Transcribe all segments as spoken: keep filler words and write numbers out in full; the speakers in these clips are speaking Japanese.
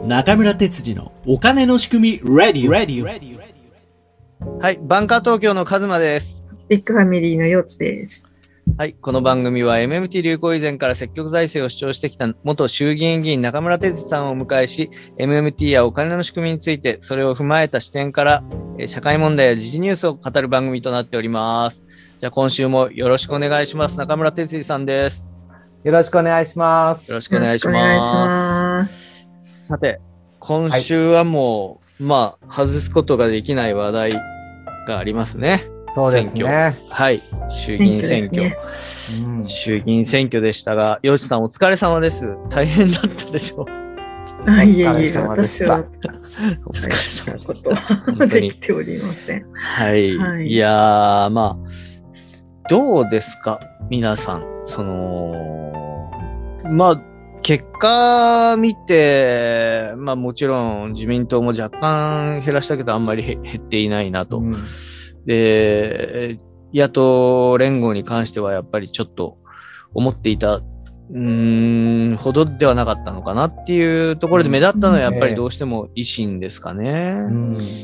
中村哲次のお金の仕組み Ready Ready。 はい、バンカー東京のカズマです。 ビッグファミリーのヨツです。 はい、この番組は エムエムティー 流行以前から積極財政を主張してきた元衆議院議員中村哲さんをお迎えし、 エムエムティー やお金の仕組みについて、それを踏まえた視点から社会問題や時事ニュースを語る番組となっております。じゃあ今週もよろしくお願いします。中村哲さんです。 よろしくお願いします。 よろしくお願いします。さて、今週はもう、はい、まあ外すことができない話題がありますね。 そうですね。 はい。衆議院選挙。 選挙ですね。うん、衆議院選挙でしたが、洋一さんお疲れ様です。大変だったでしょう。 あ、いえいえ、私はお疲れ様なことはできておりません。 はい。はい、いやー、まあ、どうですか皆さん。その、まあ、結果見て、まあもちろん自民党も若干減らしたけどあんまり減っていないなと。うん、で、野党連合に関してはやっぱりちょっと思っていた、うーん、ほどではなかったのかなっていうところで目立ったのはやっぱりどうしても維新ですかね。うん。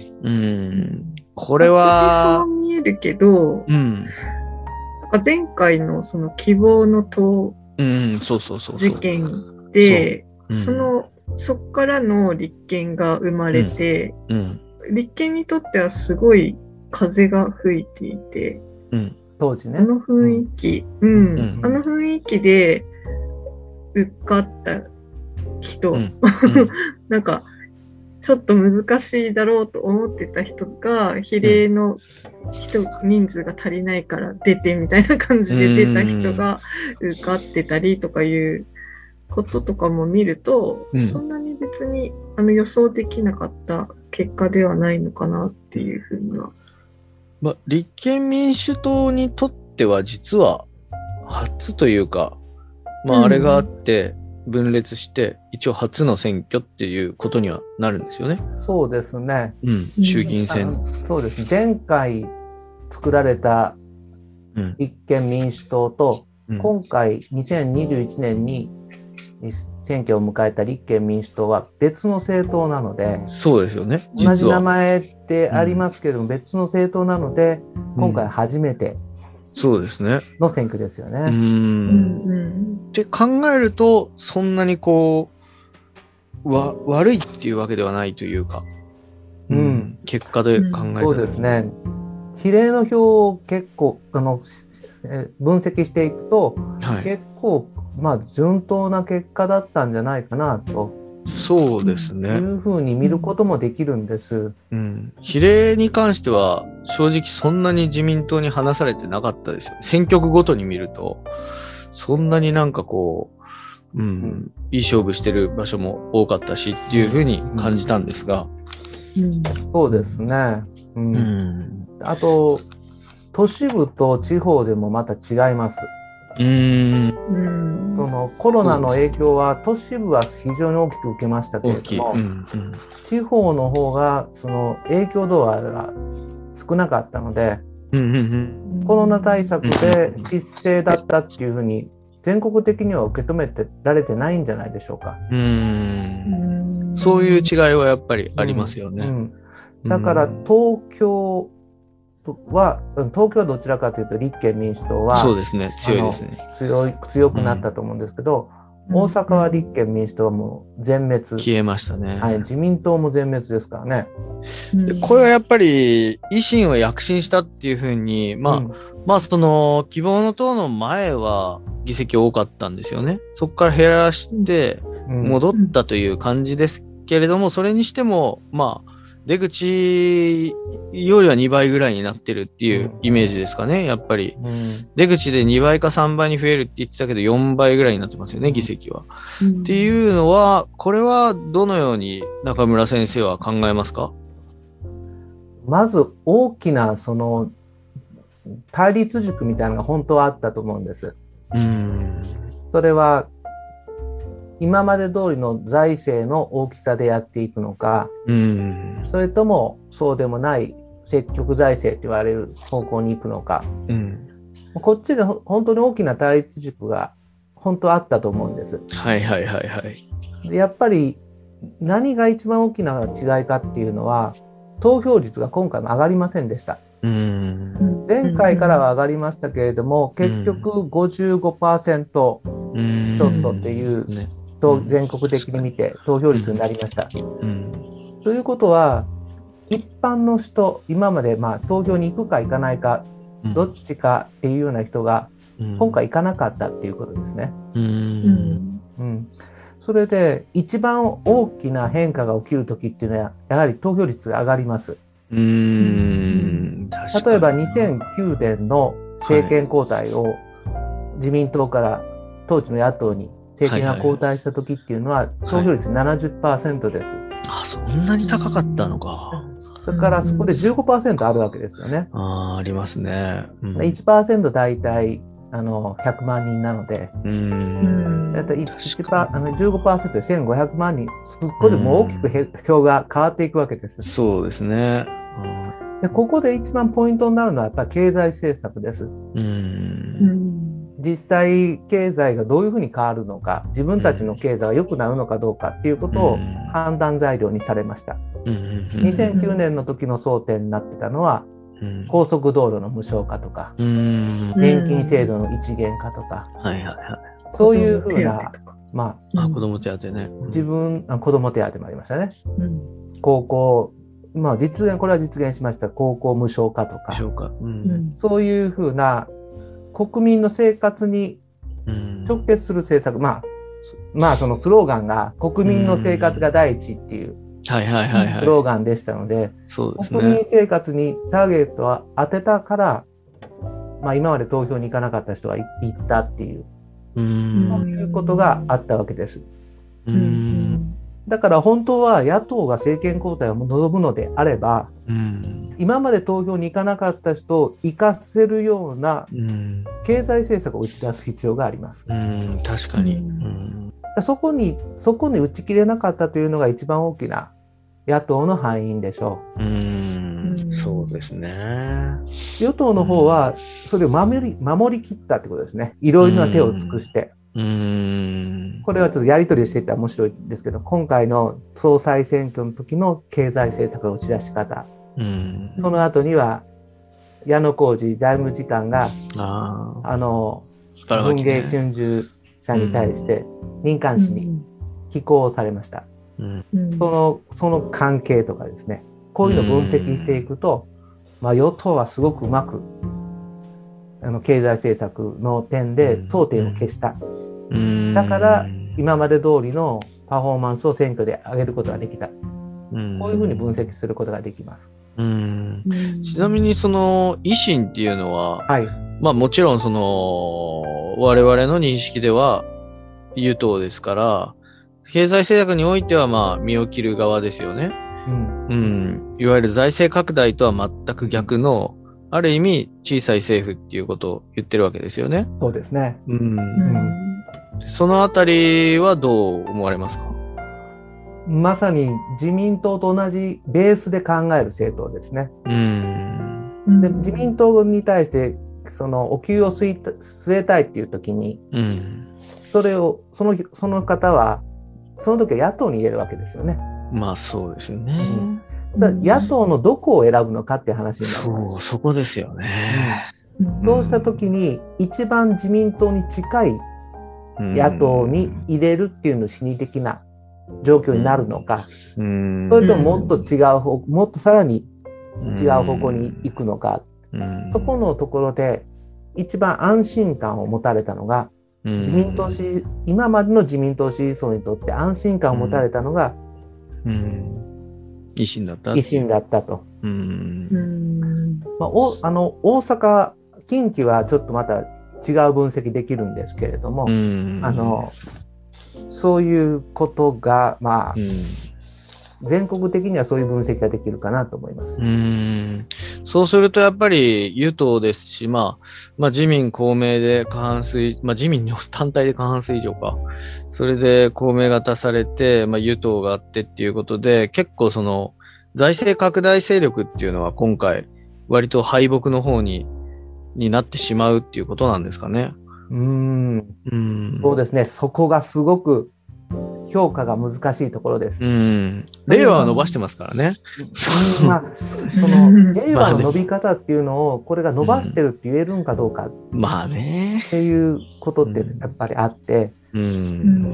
うん、これは。 そう見えるけど、うん。なんか前回のその希望の党事件で、その、そっからの立憲が生まれて、うんうん、立憲にとってはすごい風が吹いていて、 うん、当時ね。 あの雰囲気、うん、うんうん、あの雰囲気で受かった人、うんうん、なんかちょっと難しいだろうと思ってた人が比例の人、うん、人数が足りないから出てみたいな感じで出た人が受かってたりとかいうこととかも見ると、うん、そんなに別にあの予想できなかった結果ではないのかなっていうふうには。 まあ、立憲民主党にとっては実は初というか、まあ、あれがあって分裂して一応初の選挙っていうことにはなるんですよね。 そうですね。 うん、衆議院選。 そうですね。前回作られた立憲民主党と、うん、今回にせんにじゅういちねんに選挙を迎えた立憲民主党は別の政党なので、 そうですよね。 同じ名前ってありますけれども、うん、別の政党なので、今回初めてそうですねの選挙ですよね。 うん。って考えると、そんなにこうわ悪いっていうわけではないというか、うん、うん、結果で考えた、うん、 そうですね。比例の票を結構あの分析していくと、はい、結構まあ順当な結果だったんじゃないかなと。 そうですね。 いうふうに見ることもできるんです。 うん。比例に関しては正直そんなに自民党に話されてなかったですよ。選挙区ごとに見るとそんなになんかこう、うん、うん、いい勝負してる場所も多かったしっていうふうに感じたんですが。 うんうん、そうですね。うん。うん、あと都市部と地方でもまた違います。 うーん、そのコロナの影響は都市部は非常に大きく受けましたけれども、うんうん、地方の方がその影響度合いが少なかったので、うんうんうん、コロナ対策で失勢だったっていうふうに全国的には受け止めてられてないんじゃないでしょうか。 うーん、そういう違いはやっぱりありますよね。 うんうん、だから東京は東京はどちらかというと立憲民主党はそうですね、強いですね。 強い強くなったと思うんですけど、うん、大阪は立憲民主党はもう全滅、 消えましたね。 はい、自民党も全滅ですからね。 でこれはやっぱり維新は躍進したっていうふうに、まあ、うん、まあその希望の党の前は議席多かったんですよね。そこから減らして戻ったという感じですけれども、それにしてもまあ出口よりはにばいぐらいになってるっていうイメージですかね、やっぱり。うん、出口でにばいかさんばいに増えるって言ってたけど、よんばいぐらいになってますよね、議席は。うん、っていうのは、これはどのように中村先生は考えますか？ まず大きなその対立軸みたいなのが本当はあったと思うんです。うん、それは今まで通りの財政の大きさでやっていくのか、うん、それともそうでもない積極財政と言われる方向に行くのか、うん、こっちで本当に大きな対立軸が本当あったと思うんです。 はいはいはいはい。 でやっぱり何が一番大きな違いかっていうのは、投票率が今回も上がりませんでした。 うん、 前回からは上がりましたけれども、結局 ごじゅうごパーセント ちょっとっていう、ね、と全国的に見て投票率になりました。うん、ということは、一般の人、今までまあ投票に行くか行かないか、どっちかっていうような人が今回行かなかったっていうことですね。うんうん、それで一番大きな変化が起きるときっていうのはやはり投票率が上がります。うーん、例えばにせんきゅうねんの政権交代を自民党から当時の野党に政権が交代したときっていうのは投票率 ななじゅっパーセント です。 あ、そんなに高かったのか。 だからそこで じゅうごパーセント あるわけですよね。 ああ、ありますね。うん、 いちパーセント 大体あのひゃくまんにんなので、うん、だいたいじゅうごパーセント でせんごひゃくまんにん、そこでもう大きく票が変わっていくわけです。 そうですね。 うん、でここで一番ポイントになるのはやっぱり経済政策です。うん、実際経済がどういうふうに変わるのか、自分たちの経済が良くなるのかどうかっていうことを判断材料にされました。にせんきゅうねんの時の争点になってたのは、うん、高速道路の無償化とか、うん、年金制度の一元化とか、うん、はいはいはい、そういうふうな、まあ、 あ、子ども手当ね、 自分あ子ども手当もありましたね。うん、高校、まあ、実現これは実現しました高校無償化とか、無償化、うん、そういうふうな国民の生活に直結する政策、まあ、まあそのスローガンが国民の生活が第一っていうスローガンでしたので、そうですね、国民生活にターゲットは当てたから、まあ、今まで投票に行かなかった人が行ったっていう、うーん、そういうことがあったわけです。うーん、だから本当は野党が政権交代を望むのであれば、うん、今まで投票に行かなかった人を行かせるような経済政策を打ち出す必要があります。うん、 確かに、うん、 そこにそこに打ち切れなかったというのが一番大きな野党の敗因でしょう。うーん、そうですね。 与党の方はそれを守り、守り切ったってことですね。いろいろな手を尽くして。うーん、これはちょっとやり取りしていったら面白いんですけど、今回の総裁選挙の時の経済政策の打ち出し方、うん、その後には矢野浩二財務次官がああの文藝春秋社に対して任官紙に寄稿されました。うん、その、その関係とかですね、こういうのを分析していくと、まあ、与党はすごくうまくあの経済政策の点で争点を消した。だから今まで通りのパフォーマンスを選挙で上げることができた。こういうふうに分析することができます。 うん、ちなみにその維新っていうのは、はい、まあもちろんその我々の認識では与党ですから、経済政策においてはまあ身を切る側ですよね。うん。うん。いわゆる財政拡大とは全く逆の、ある意味小さい政府っていうことを言ってるわけですよね。 そうですね。うん。うん、 そのあたりはどう思われますか？ まさに自民党と同じベースで考える政党ですね。うん。で、自民党に対してそのお給を据えた、据えたいっていう時に、うん、それをそのその方はその時は野党に入れるわけですよね。 まあそうですよね。 うん、野党のどこを選ぶのかっていう話になります。 そう、そこですよね。 うん、そうした時に一番自民党に近い野党に入れるっていうの心理的な状況になるのか、うん、それとももっと違う方、もっとさらに違う方向に行くのか、うん、そこのところで一番安心感を持たれたのが自民党支今までの自民党支持層にとって安心感を持たれたのが、 うんうん、維新だった維新だったと。うんまあ、おあの大阪近畿はちょっとまた違う分析できるんですけれども、うん、あのそういうことが、まあうん、全国的にはそういう分析ができるかなと思います。 うーん、そうするとやっぱり与党ですし、まあ、まあ自民公明で過半数、まあ自民の単体で過半数以上か。それで公明が足されて、まあ与党があってっていうことで、結構その財政拡大勢力っていうのは今回割と敗北の方に、になってしまうっていうことなんですかね。 うーん、うーんそうですね。そこがすごく評価が難しいところです。 うん。令和は伸ばしてますからね。 まあ、その、令和の伸び方っていうのを、これが伸ばしてるって言えるんかどうか。 まあね。 っていうことってやっぱりあって、うん、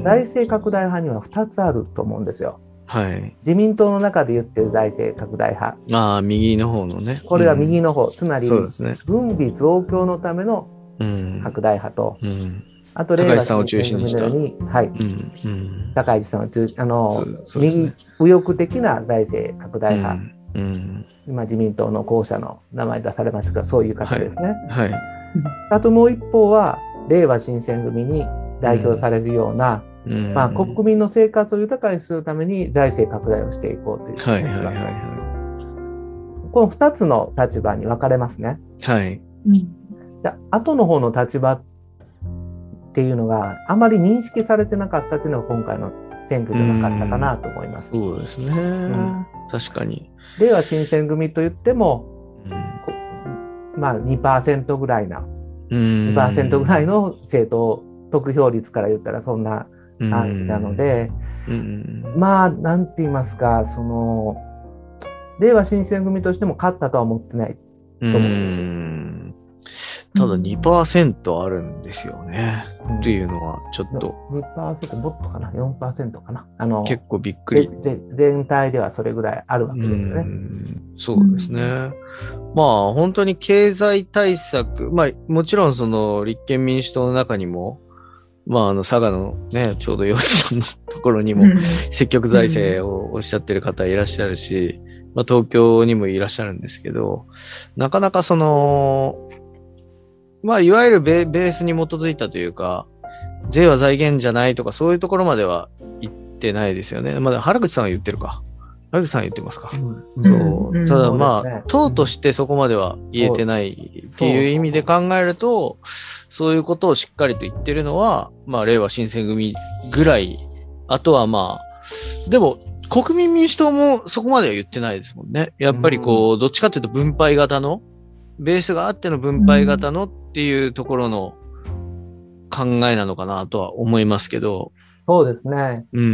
財政拡大派にはふたつあると思うんですよ。はい。自民党の中で言ってる財政拡大派。 まあ、右の方のね。 これが右の方。うん、つまり、 そうですね、 分備増強のための拡大派と、うんうんあと、 高市さんを中心にした。 はい。うんうん、高市さんを中心あの、ね、右、右翼的な財政拡大派。うんうん、今、自民党の候補者の名前出されましたが、そういう方ですね。はい。はい、あともう一方は、令和新選組に代表されるような、うん、まあ、国民の生活を豊かにするために財政拡大をしていこうという、ね。はいはいはいはい。この二つの立場に分かれますね。はい。じゃあ、後の方の立場っていうのがあまり認識されてなかったっていうのが今回の選挙じゃなかったかなと思います。 うそうですね、うん。確かに。 令和新選組といっても、うん、まあ にパーセント ぐらいな、にパーセント ぐらいの政党得票率から言ったらそんな感じなので、まあなんて言いますか、その令和新選組としても勝ったとは思ってないと思うんですよ。 ただ にパーセント あるんですよね、うん、っていうのはちょっとにパーセント もっとかな よんパーセント かなあの結構びっくり全体ではそれぐらいあるわけですよね。 うんそうですね、うん、まあ本当に経済対策まあもちろんその立憲民主党の中にもまああの佐賀のねちょうど洋一さんのところにも積極財政をおっしゃってる方いらっしゃるし、まあ、東京にもいらっしゃるんですけどなかなかそのまあ、いわゆるベ、ベースに基づいたというか、税は財源じゃないとか、そういうところまでは言ってないですよね。まだ原口さんは言ってるか。原口さんは言ってますか。うん、そう。ただまあ、ね、党としてそこまでは言えてないっていう意味で考えると、そういうことをしっかりと言ってるのは、まあ、令和新選組ぐらい。あとはまあ、でも、国民民主党もそこまでは言ってないですもんね。やっぱりこう、どっちかというと分配型の、ベースがあっての分配型のっていうところの考えなのかなとは思いますけど。 そうですね。うん、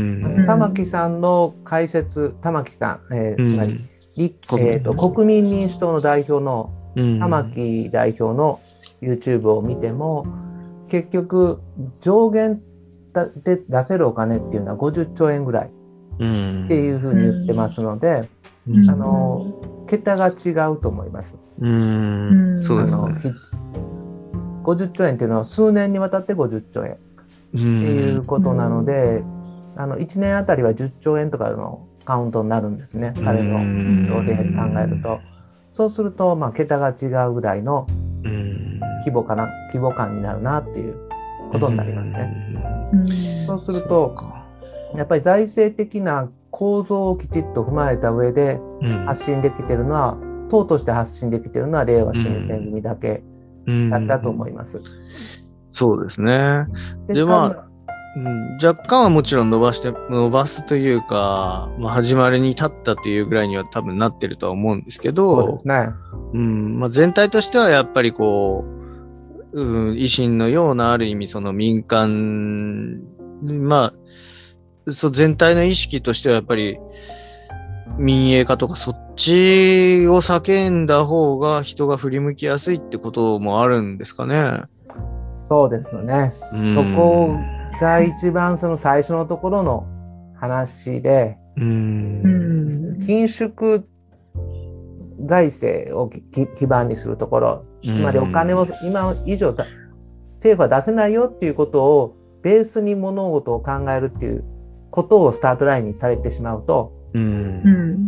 玉木さんの解説、玉木さん、えーつまり、うんえーと、国民民主党の代表の玉木代表の YouTube を見ても、結局上限で出せるお金っていうのはごじゅっちょうえんぐらいっていうふうに言ってますので、うん、あの桁が違うと思います。うんそうですね、ごじゅっちょうえんっていうのは数年にわたってごじゅっちょうえんっていうことなので、あのいちねんあたりはじゅっちょうえんとかのカウントになるんですね、彼の情勢で考えると。そうすると、まあ、桁が違うぐらいの規模かな、規模感になるなっていうことになりますね。そうするとやっぱり財政的な構造をきちっと踏まえた上で発信できているのは、うん、党として発信できているのは令和新選組だけだったと思います。うんうん、 そうですね。で、でまあ、うん、若干はもちろん伸ばして、伸ばすというか、まあ、始まりに立ったというぐらいには多分なってるとは思うんですけど、 そうですね。 うんまあ、全体としてはやっぱりこう、うん、維新のようなある意味その民間、まあ、そう全体の意識としてはやっぱり民営化とかそっちを叫んだ方が人が振り向きやすいってこともあるんですかね。 そうですね。そこが一番その最初のところの話で、うん緊縮財政を基盤にするところ、つまりお金を今以上政府は出せないよっていうことをベースに物事を考えるっていうことをスタートラインにされてしまうと、うん、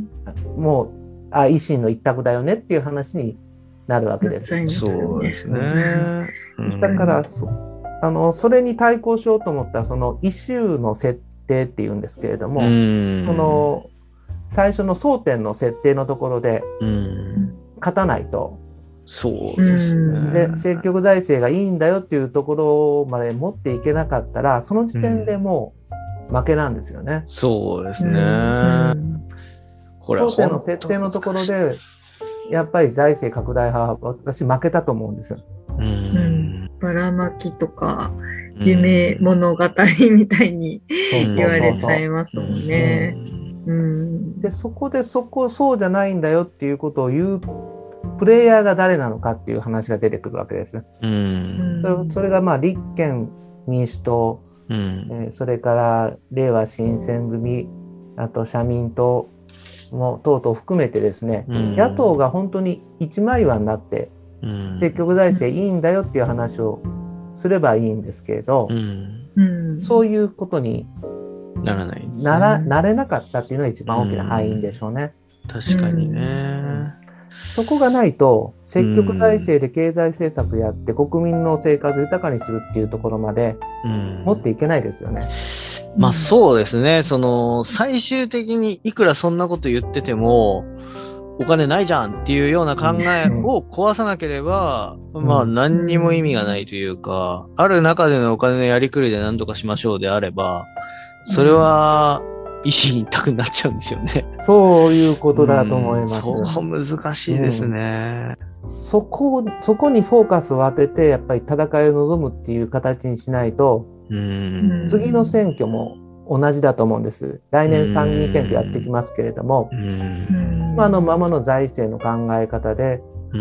もうあ維新の一択だよねっていう話になるわけです。 そうですね。 うん、だからそあのそれに対抗しようと思ったらそのイシューの設定っていうんですけれども、うん、その最初の争点の設定のところで、うん、勝たないと。 そうですね。 で積極財政がいいんだよっていうところまで持っていけなかったらその時点でもう、うん負けなんですよね。 そうですね。うん、 これは争点の設定のところでやっぱり財政拡大派は私負けたと思うんですよ。 うん、ばらまきとか夢物語みたいに言われちゃいますもんね。 で、そこでそこそうじゃないんだよっていうことを言うプレイヤーが誰なのかっていう話が出てくるわけですね。うん、それ、それがまあ立憲民主党、うんえー、それかられいわ新選組、あと社民党も等々含めてですね、うん、野党が本当に一枚岩になって積極財政いいんだよっていう話をすればいいんですけれど、うん、そういうことにならない、 なら、なれなかったっていうのが一番大きな敗因でしょうね。 うん、確かにね。 そこがないと積極財政で経済政策やって国民の生活を豊かにするっていうところまで持っていけないですよね。 うん、まあそうですね。その最終的にいくらそんなこと言っててもお金ないじゃんっていうような考えを壊さなければ、うん、まあ何にも意味がないというか、ある中でのお金のやりくりで何とかしましょうであれば、それは維新一択になっちゃうんですよね。 そういうことだと思います。 うん、そう難しいですね。 うん、そこ、そこにフォーカスを当ててやっぱり戦いを望むっていう形にしないと、うん、次の選挙も同じだと思うんです。来年参議院選挙やってきますけれども、今のままの財政の考え方で、うん、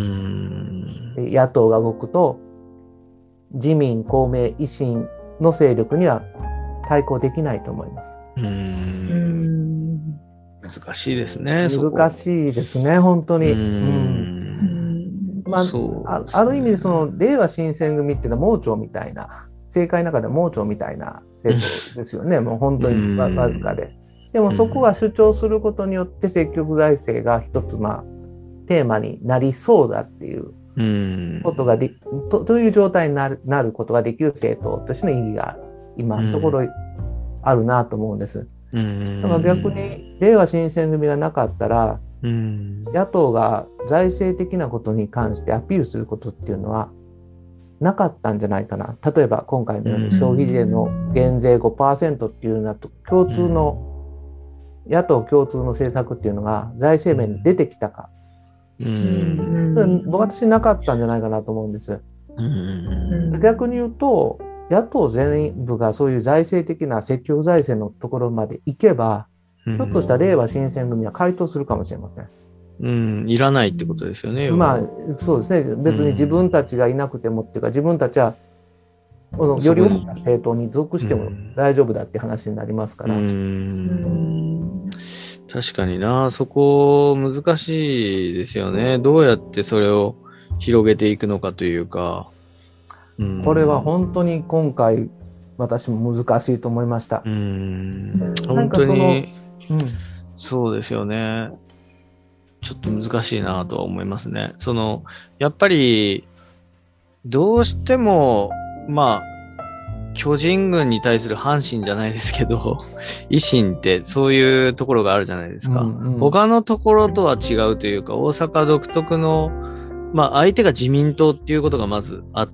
野党が動くと自民、公明、維新の勢力には対抗できないと思います。うーん難しいですね。 難しいですね、本当に。うんうんまあ、あ, ある意味でそのれいわ新選組っていうのは盲腸みたいな、政界の中で盲腸みたいな政党ですよね。もう本当にわずかで。でもそこが主張することによって積極財政が一つまあテーマになりそうだっていうことがで、と, という状態にな る, なることができる政党としての意義が今のところあるなと思うんです。だから逆にれいわ新選組がなかったら、野党が財政的なことに関してアピールすることっていうのはなかったんじゃないかな。例えば今回のように消費税の減税 ごパーセント っていうのと共通の野党共通の政策っていうのが財政面で出てきたか、うん私なかったんじゃないかなと思うんです。逆に言うと野党全部がそういう財政的な積極財政のところまで行けば、ひょっとしたられいわ新選組は回答するかもしれません。 うん、いらないってことですよね。 まあそうですね。別に自分たちがいなくてもっていうか、自分たちはこのより大きな政党に属しても大丈夫だって話になりますから。うんうん確かにな、そこ難しいですよね。どうやってそれを広げていくのかというか。 これは本当に今回私も難しいと思いました。 うん本当に、うん、そうですよね。ちょっと難しいなとは思いますね。そのやっぱりどうしてもまあ巨人軍に対する阪神じゃないですけど維新ってそういうところがあるじゃないですか、うんうん、他のところとは違うというか大阪独特のまあ相手が自民党っていうことがまずあって、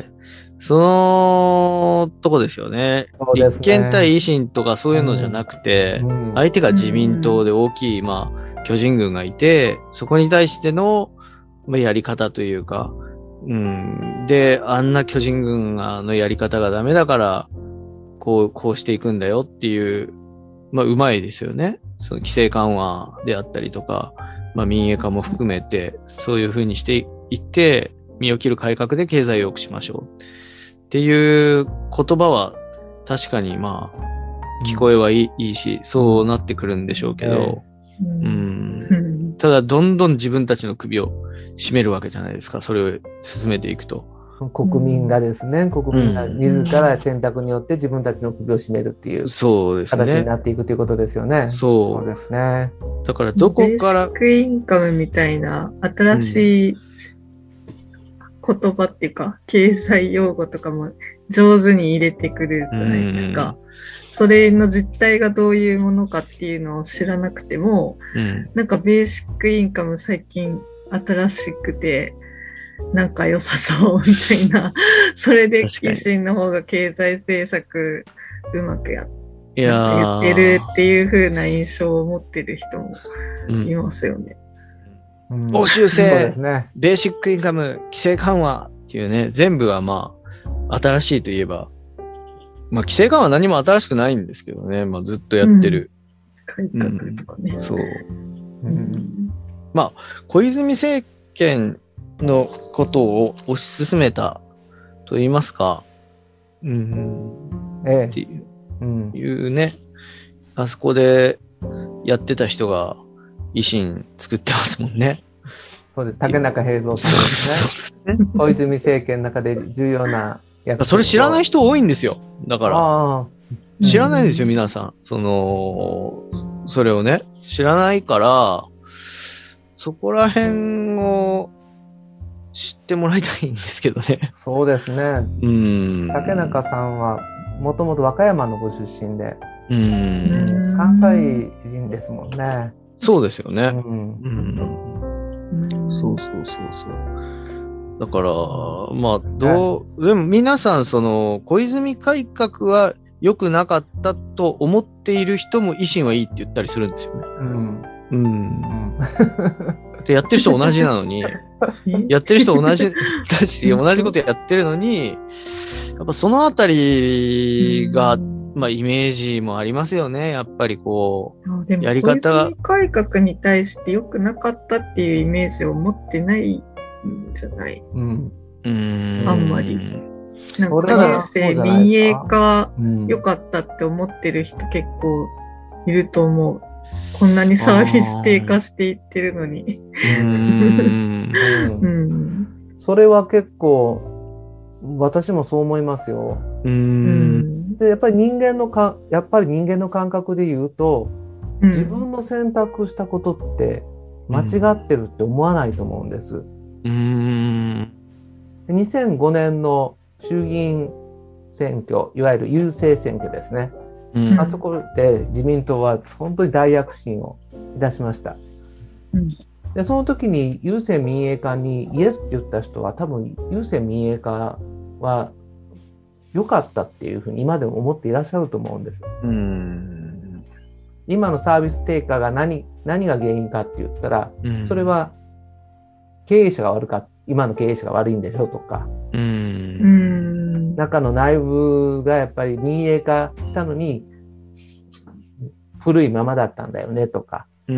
そのとこですよね。 そうですね。 立憲対維新とかそういうのじゃなくて、うんうん、相手が自民党で大きい、まあ、巨人軍がいて、そこに対しての、まあ、やり方というか、うん、で、あんな巨人軍のやり方がダメだから、こう、こうしていくんだよっていう、まあ、うまいですよね。その規制緩和であったりとか、まあ、民営化も含めて、そういう風にしていって、身を切る改革で経済を良くしましょう。っていう言葉は、確かにまあ、聞こえはいい、いいし、そうなってくるんでしょうけど、うん、ただ、どんどん自分たちの首を絞めるわけじゃないですか。それを進めていくと。 国民がですね、国民が自ら選択によって自分たちの首を絞めるっていう形になっていくということですよね。 そう。 そうですね。 だからどこから。 ベーシックインカムみたいな新しい言葉っていうか、うん、経済用語とかも上手に入れてくるじゃないですか。それの実態がどういうものかっていうのを知らなくても、うん、なんかベーシックインカム最近新しくて、なんか良さそうみたいなそれで維新の方が経済政策うまくやって言ってるっていう風な印象を持ってる人もいますよね。 うんうん、報酬制、ね、ベーシックインカム規制緩和っていうね、全部はまあ新しいといえばまあ、規制緩和は何も新しくないんですけどね。まあ、ずっとやってる。 改革とかね。 うん、そう。 うん、 まあ、小泉政権のことを推し進めたと言いますか、うん、 ええ、 っていう、うん、いうね、あそこでやってた人が維新作ってますもんね。 そうです。竹中平蔵さんですね。小泉政権の中で重要な役。 それ知らない人多いんですよ。だから。 あ知らないんですよ、皆さん。その、それをね。知らないから、そこら辺を知ってもらいたいんですけどね。 そうですね。 うん。 竹中さんは、もともと和歌山のご出身で、 うん。 関西人ですもんね。 そうですよね。 うん。 うん、そうそうそうそう。だから、まあ、どう、でも皆さん、その、小泉改革は良くなかったと思っている人も維新はいいって言ったりするんですよね。 うん。 うん。うん、で、やってる人同じなのに、やってる人同じだし、同じことやってるのに、やっぱそのあたりが、まあ、イメージもありますよね。やっぱりこう、やり方が。 小泉改革に対して良くなかったっていうイメージを持ってないんじゃない、 うん、 あんまり。なんか、郵政民営化良かったって思ってる人結構いると思う。こんなにサービス低下していってるのに。 うんうん、それは結構、私もそう思いますよ。 うんでやっぱり人間のかやっぱり人間の感覚で言うと、うん、自分の選択したことって間違ってるって思わないと思うんです。 うん、 にせんごねんの衆議院選挙、いわゆる郵政選挙ですね。うん、あそこで自民党は本当に大躍進をいたしました。うん、でその時に郵政民営化にイエスって言った人は多分郵政民営化は良かったっていうふうに今でも思っていらっしゃると思うんです。 うん、 今のサービス低下が何、何が原因かって言ったら、うん、それは経営者が悪かった、今の経営者が悪いんでしょとか、 うん、 中の内部がやっぱり民営化したのに古いままだったんだよねとか、 うん、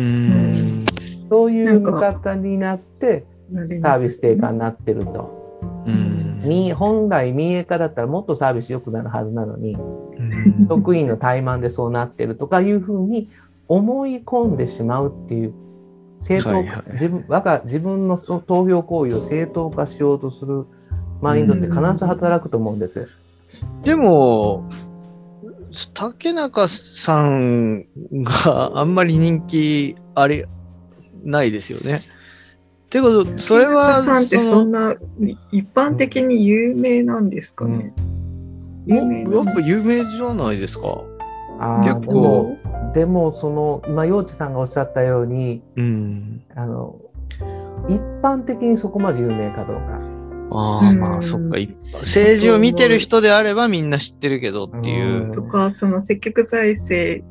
そういう見方になってサービス低下になってると。うん、本来民営化だったらもっとサービス良くなるはずなのに、うん、職員の怠慢でそうなってるとかいうふうに思い込んでしまうっていう正当、はいはい、自分、我が自分の投票行為を正当化しようとするマインドって必ず働くと思うんです。 うん、でも竹中さんがあんまり人気あれないですよね。ってこと、それは。 竹中さんってそんな一般的に有名なんですかね。 うん、有名やっぱ有名じゃないですか。 あ結構。でも、でもその今陽地さんがおっしゃったように、 うん、 あの一般的にそこまで有名かどうか。 ああ、まあそっか。政治を見てる人であればみんな知ってるけどっていう。 とか、その積極財政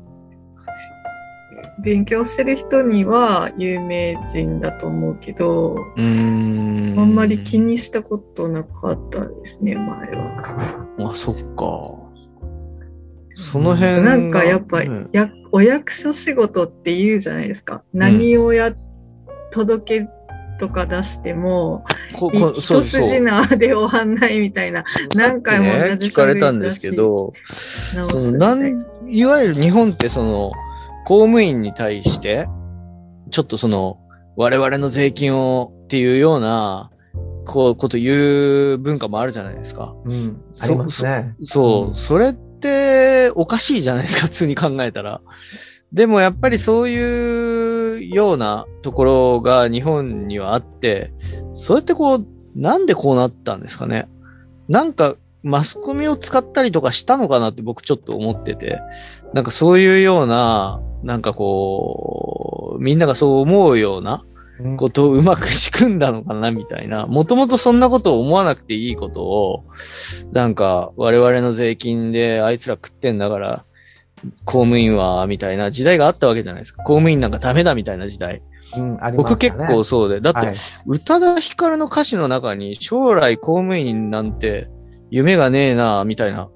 勉強してる人には有名人だと思うけど、 うーんあんまり気にしたことなかったですね、前は。 あ、そっか。その辺なんかやっぱ、うん、やお役所仕事って言うじゃないですか。うん、何をや届けとか出しても、ここ一筋縄で終わんないみたいな、何回も同じ聞かれたんですけど、そのなんいわゆる日本ってその公務員に対して、ちょっとその、我々の税金をっていうような、こう、こと言う文化もあるじゃないですか。 うん。ありますね。 そ、そう、うん、それっておかしいじゃないですか、普通に考えたら。でもやっぱりそういうようなところが日本にはあって、そうやってこう、なんでこうなったんですかね。なんか、マスコミを使ったりとかしたのかなって僕ちょっと思ってて、なんかそういうような、なんかこう、みんながそう思うようなことをうまく仕組んだのかなみたいな、もともとそんなことを思わなくていいことを、なんか我々の税金であいつら食ってんだから、公務員は、みたいな時代があったわけじゃないですか。公務員なんかダメだみたいな時代。 うんありましたね、 僕結構そうで、だって、はい、宇多田ヒカルの歌詞の中に将来公務員なんて、夢がねえなみたいな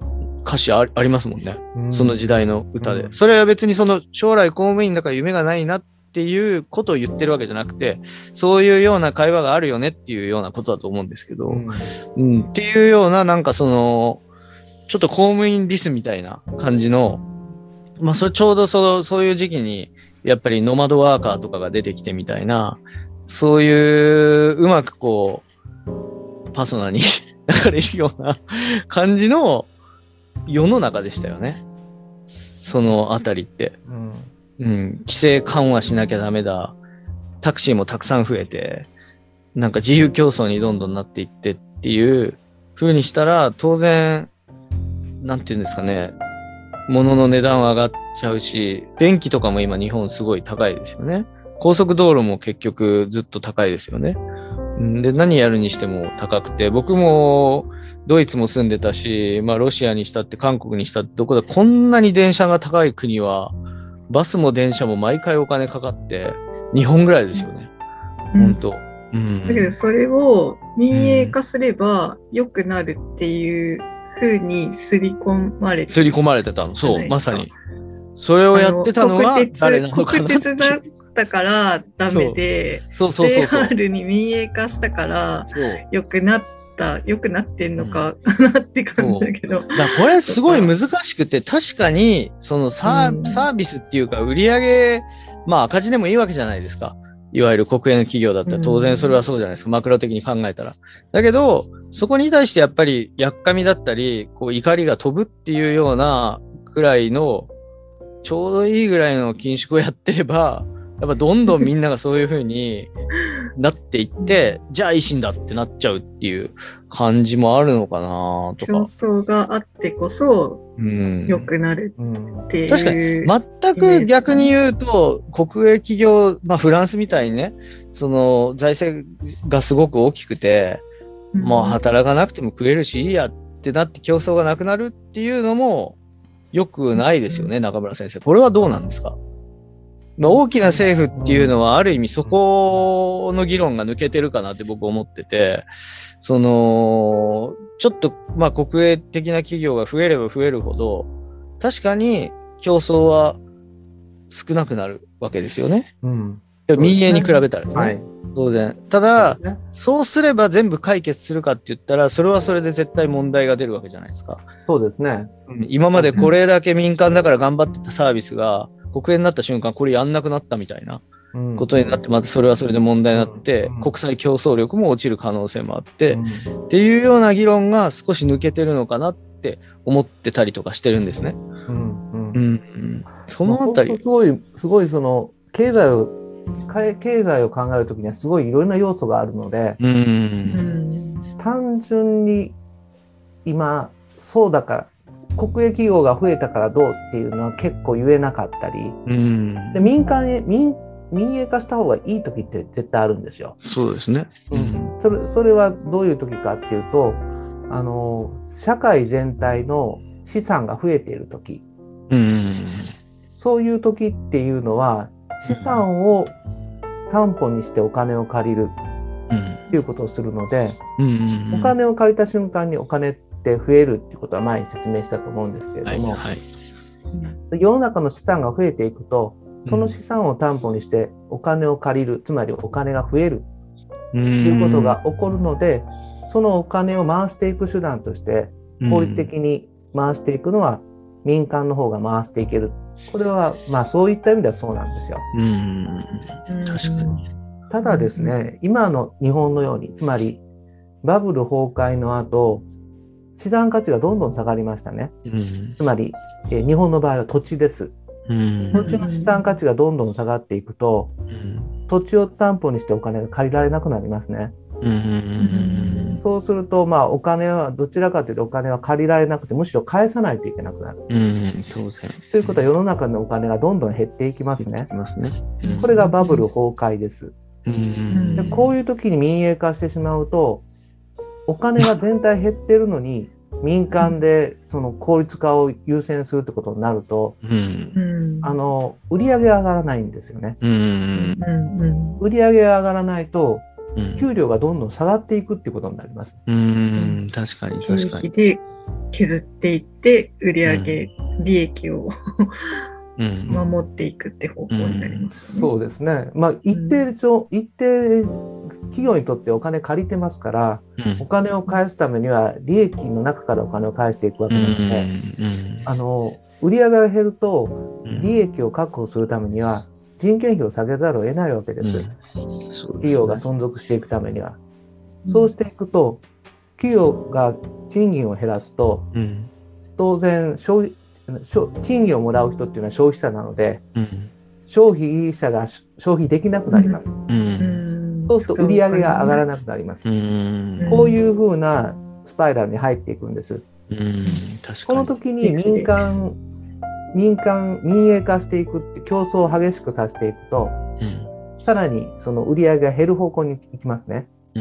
歌詞あありますもんね。 うん、 その時代の歌で。 うん、 それは別にその将来公務員だから夢がないなっていうことを言ってるわけじゃなくて、そういうような会話があるよねっていうようなことだと思うんですけど、うん、うん、っていうようななんかその、ちょっと公務員ディスみたいな感じの、まあそれちょうどその、そういう時期に、やっぱりノマドワーカーとかが出てきてみたいな、そういううまくこう、パーソナルに流れるような感じの世の中でしたよね。そのあたりって。うん。うん。規制緩和しなきゃダメだ。タクシーもたくさん増えて、なんか自由競争にどんどんなっていってっていう風にしたら、当然、なんていうんですかね、物の値段は上がっちゃうし、電気とかも今日本すごい高いですよね。高速道路も結局ずっと高いですよね。で、何やるにしても高くて、僕もドイツも住んでたし、まあロシアにしたって韓国にしたってどこだ、こんなに電車が高い国は、バスも電車も毎回お金かかって、日本ぐらいですよね。うん、本当。うん。 だけどそれを民営化すれば良くなるっていう風に刷り込まれてた。 刷り込まれてたの。そう、まさに。それをやってたのは誰なのかなって。 国鉄だったからダメで、 そうそうそうそうジェイアール に民営化したから良くなった、良くなってんのかなって感じだけど。 だからこれすごい難しくて、確かにそのサー、うん、サービスっていうか売り上げ、まあ赤字でもいいわけじゃないですか。いわゆる国営の企業だったら当然それはそうじゃないですか。マクロ的に考えたら。だけど、そこに対してやっぱりやっかみだったり、こう怒りが飛ぶっていうようなくらいの、ちょうどいいぐらいの緊縮をやってれば、やっぱどんどんみんながそういう風になっていって、じゃあ維新だってなっちゃうっていう感じもあるのかなとか。 競争があってこそ良くなるっていう、 確かに全く逆に言うと、国営企業、まあフランスみたいにね、その財政がすごく大きくて、うん、もう働かなくても食えるしいいやってなって競争がなくなるっていうのも良くないですよね、うん、中村先生。これはどうなんですか？まあ、大きな政府っていうのはある意味そこの議論が抜けてるかなって僕思ってて、その、ちょっとまあ国営的な企業が増えれば増えるほど、確かに競争は少なくなるわけですよね。うん、民営に比べたらですね。はい、当然。ただ、そうですね、そうすれば全部解決するかって言ったら、それはそれで絶対問題が出るわけじゃないですか。 そうですね。 うん、今までこれだけ民間だから頑張ってたサービスが、国営になった瞬間、これやんなくなったみたいなことになって、またそれはそれで問題になって、国際競争力も落ちる可能性もあって、っていうような議論が少し抜けてるのかなって思ってたりとかしてるんですね。うんうんうん、そのあたり。 すごい、すごいその、経済を、経済を考えるときにはすごいいろんな要素があるので、うん、単純に今、そうだから、国営企業が増えたからどうっていうのは結構言えなかったり、うん、で民間へ 民, 民営化した方がいい時って絶対あるんですよ。 そうですね、 うん、それそれはどういう時かっていうと、あの社会全体の資産が増えている時、うん、そういう時っていうのは資産を担保にしてお金を借りるっていうことをするので、うん、お金を借りた瞬間にお金って増えるっていうことは前に説明したと思うんですけれども、はいはい、世の中の資産が増えていくと、その資産を担保にしてお金を借りる、つまりお金が増えるということが起こるので、そのお金を回していく手段として効率的に回していくのは民間の方が回していける。これはまあそういった意味ではそうなんですよ。うん、確かに。ただですね、今の日本のように、つまりバブル崩壊の後、資産価値がどんどん下がりましたね。うん、つまり、えー、日本の場合は土地です。うん、土地の資産価値がどんどん下がっていくと、うん、土地を担保にしてお金が借りられなくなりますね。うん、そうすると、まあ、お金はどちらかというとお金は借りられなくて、むしろ返さないといけなくなる。うん、当然。ということは世の中のお金がどんどん減っていきますね。ますね。うん、これがバブル崩壊です。うん、でこういう時に民営化してしまうと、お金が全体減ってるのに民間でその効率化を優先するってことになると、うん、あの売り上げが上がらないんですよね。うん、売り上げが上がらないと給料がどんどん下がっていくっていうことになります。 うん、確かに確かに。 で削っていって売り上げ、うん、利益を守っていくって方向になりますよね。 うん、そうですね。まあ一定上、うん、一定企業にとってお金借りてますから、うん、お金を返すためには利益の中からお金を返していくわけなので、うんうん、あの売上が減ると利益を確保するためには人件費を下げざるを得ないわけです。うん、そうですね。企業が存続していくためには、うん、そうしていくと企業が賃金を減らすと、うん、当然消費賃金をもらう人っていうのは消費者なので、うん、消費者が消費できなくなります。うん、そうすると売り上げが上がらなくなります。うん、こういうふうなスパイラルに入っていくんです。うん、確かに。この時に民間、民間、民営化していくって競争を激しくさせていくと、うん、さらにその売り上げが減る方向に行きますね。うん、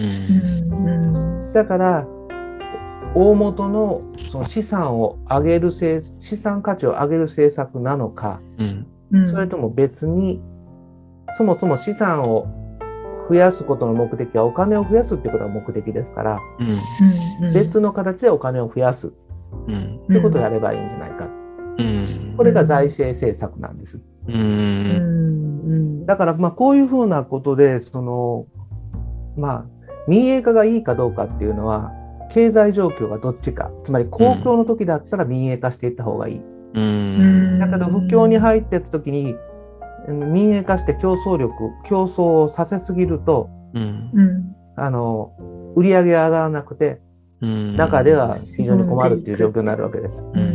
だから大元のその資産を上げる資産価値を上げる政策なのか、うん、それとも別にそもそも資産を増やすことの目的はお金を増やすっていうことが目的ですから、うん、別の形でお金を増やすっていうことをやればいいんじゃないか、うん、これが財政政策なんです、うん、だからまあこういうふうなことでそのまあ民営化がいいかどうかっていうのは経済状況がどっちか、つまり公共の時だったら民営化していった方がいい、うん、だけど不況に入っていった時に民営化して競争力競争をさせすぎると、うん、あの売り上げが上がらなくて、うん、中では非常に困るっていう状況になるわけです、うん、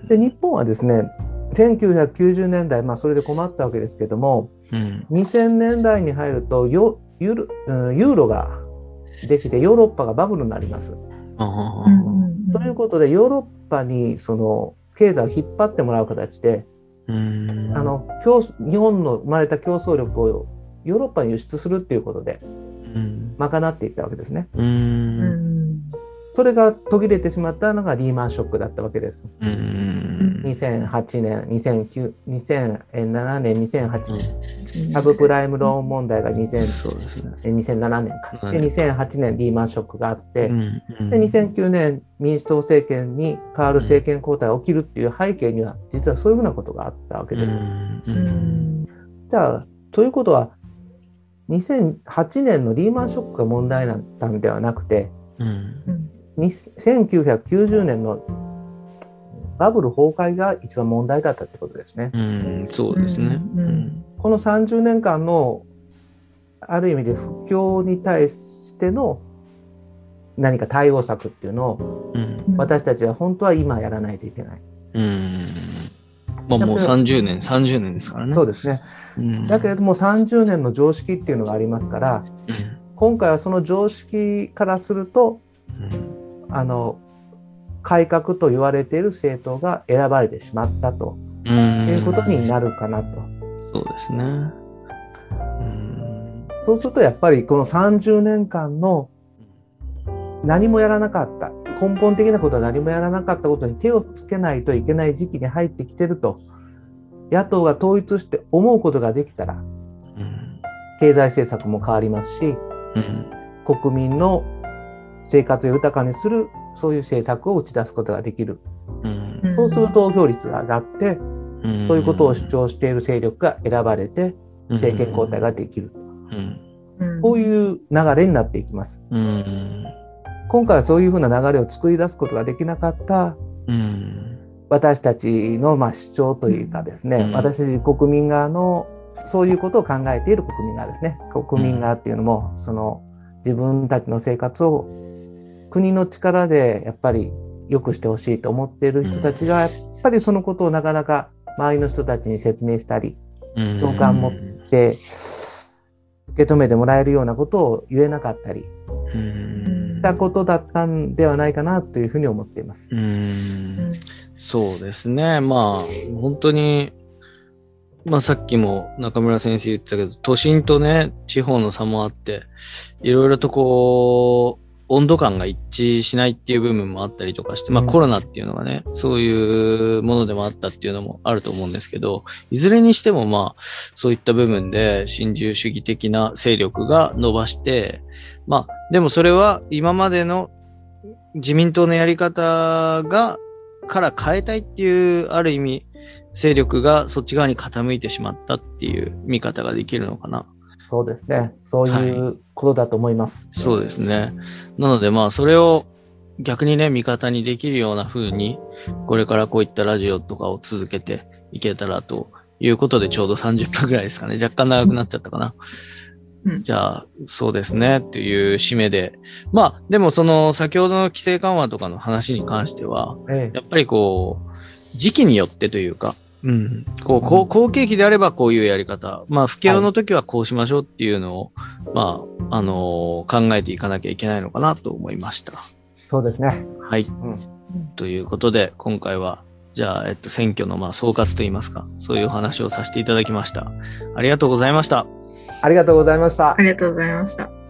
で日本はですねせんきゅうひゃくきゅうじゅうねんだい、まあ、それで困ったわけですけども、うん、にせんねんだいに入るとユーロ、ユーロができてヨーロッパがバブルになります。ということでヨーロッパにその経済を引っ張ってもらう形で、うんあの日本の生まれた競争力をヨーロッパに輸出するっていうことで賄っていったわけですね。うんそれが途切れてしまったのがリーマンショックだったわけです。うんにせんはちねん、にせんきゅう、にせんななねん、にせんはちねん、サブプライムローン問題がにせん、そうですね、にせんななねんか。で、にせんはちねんリーマンショックがあって、で、にせんきゅうねん民主党政権に変わる政権交代が起きるっていう背景には、実はそういうふうなことがあったわけです。じゃあ、ということは、にせんはちねんのリーマンショックが問題だったんではなくて、うん、せんきゅうひゃくきゅうじゅうねんのバブル崩壊が一番問題だったってことですね。うん、そうですね、うん、このさんじゅうねんかんのある意味で不況に対しての何か対応策っていうのを、うん、私たちは本当は今やらないといけない。うん、 まあ、もうさんじゅうねん、さんじゅうねんですからね。 そうですね。うん、だけれどもさんじゅうねんの常識っていうのがありますから、うん、今回はその常識からすると、うん、あの改革と言われている政党が選ばれてしまったということになるかなと。 そうですね。 うんそうするとやっぱりこのさんじゅうねんかんの何もやらなかった根本的なことは何もやらなかったことに手をつけないといけない時期に入ってきてると野党が統一して思うことができたら、うん、経済政策も変わりますし、うん、国民の生活を豊かにするそういう政策を打ち出すことができる、うん、そうすると投票率が上がって、うん、そういうことを主張している勢力が選ばれて政権交代ができる、うん、こういう流れになっていきます、うん、今回はそういうふうな流れを作り出すことができなかった、うん、私たちのまあ主張というかですね、うん、私たち国民側のそういうことを考えている国民側ですね。国民側っていうのもその自分たちの生活を国の力でやっぱり良くしてほしいと思っている人たちがやっぱりそのことをなかなか周りの人たちに説明したり共感を持って受け止めてもらえるようなことを言えなかったりしたことだったんではないかなというふうに思っています。 うーん、そうですね。まあ本当にまあさっきも中村先生言ってたけど、都心とね地方の差もあっていろいろとこう温度感が一致しないっていう部分もあったりとかして、まあコロナっていうのがね、そういうものでもあったっていうのもあると思うんですけど、いずれにしてもまあそういった部分で新自由主義的な勢力が伸ばして、まあでもそれは今までの自民党のやり方が、から変えたいっていう、ある意味、勢力がそっち側に傾いてしまったっていう見方ができるのかな。 そうですね。そういうことだと思います。 はい、そうですね。なのでまあ、それを逆にね、味方にできるような風に、これからこういったラジオとかを続けていけたらということで、ちょうどさんじゅっぷんぐらいですかね。若干長くなっちゃったかな。うん、じゃあ、そうですね、っていう締めで。まあ、でもその、先ほどの規制緩和とかの話に関しては、ええ、やっぱりこう、時期によってというか、うん、こう、こう好景気であればこういうやり方、まあ、不況の時はこうしましょうっていうのを、はい、まあ、あのー、考えていかなきゃいけないのかなと思いました。 そうですね。 はい。うん、ということで、今回は、じゃあ、えっと、選挙のまあ総括といいますか、そういうお話をさせていただきました。ありがとうございました。 ありがとうございました。 ありがとうございました。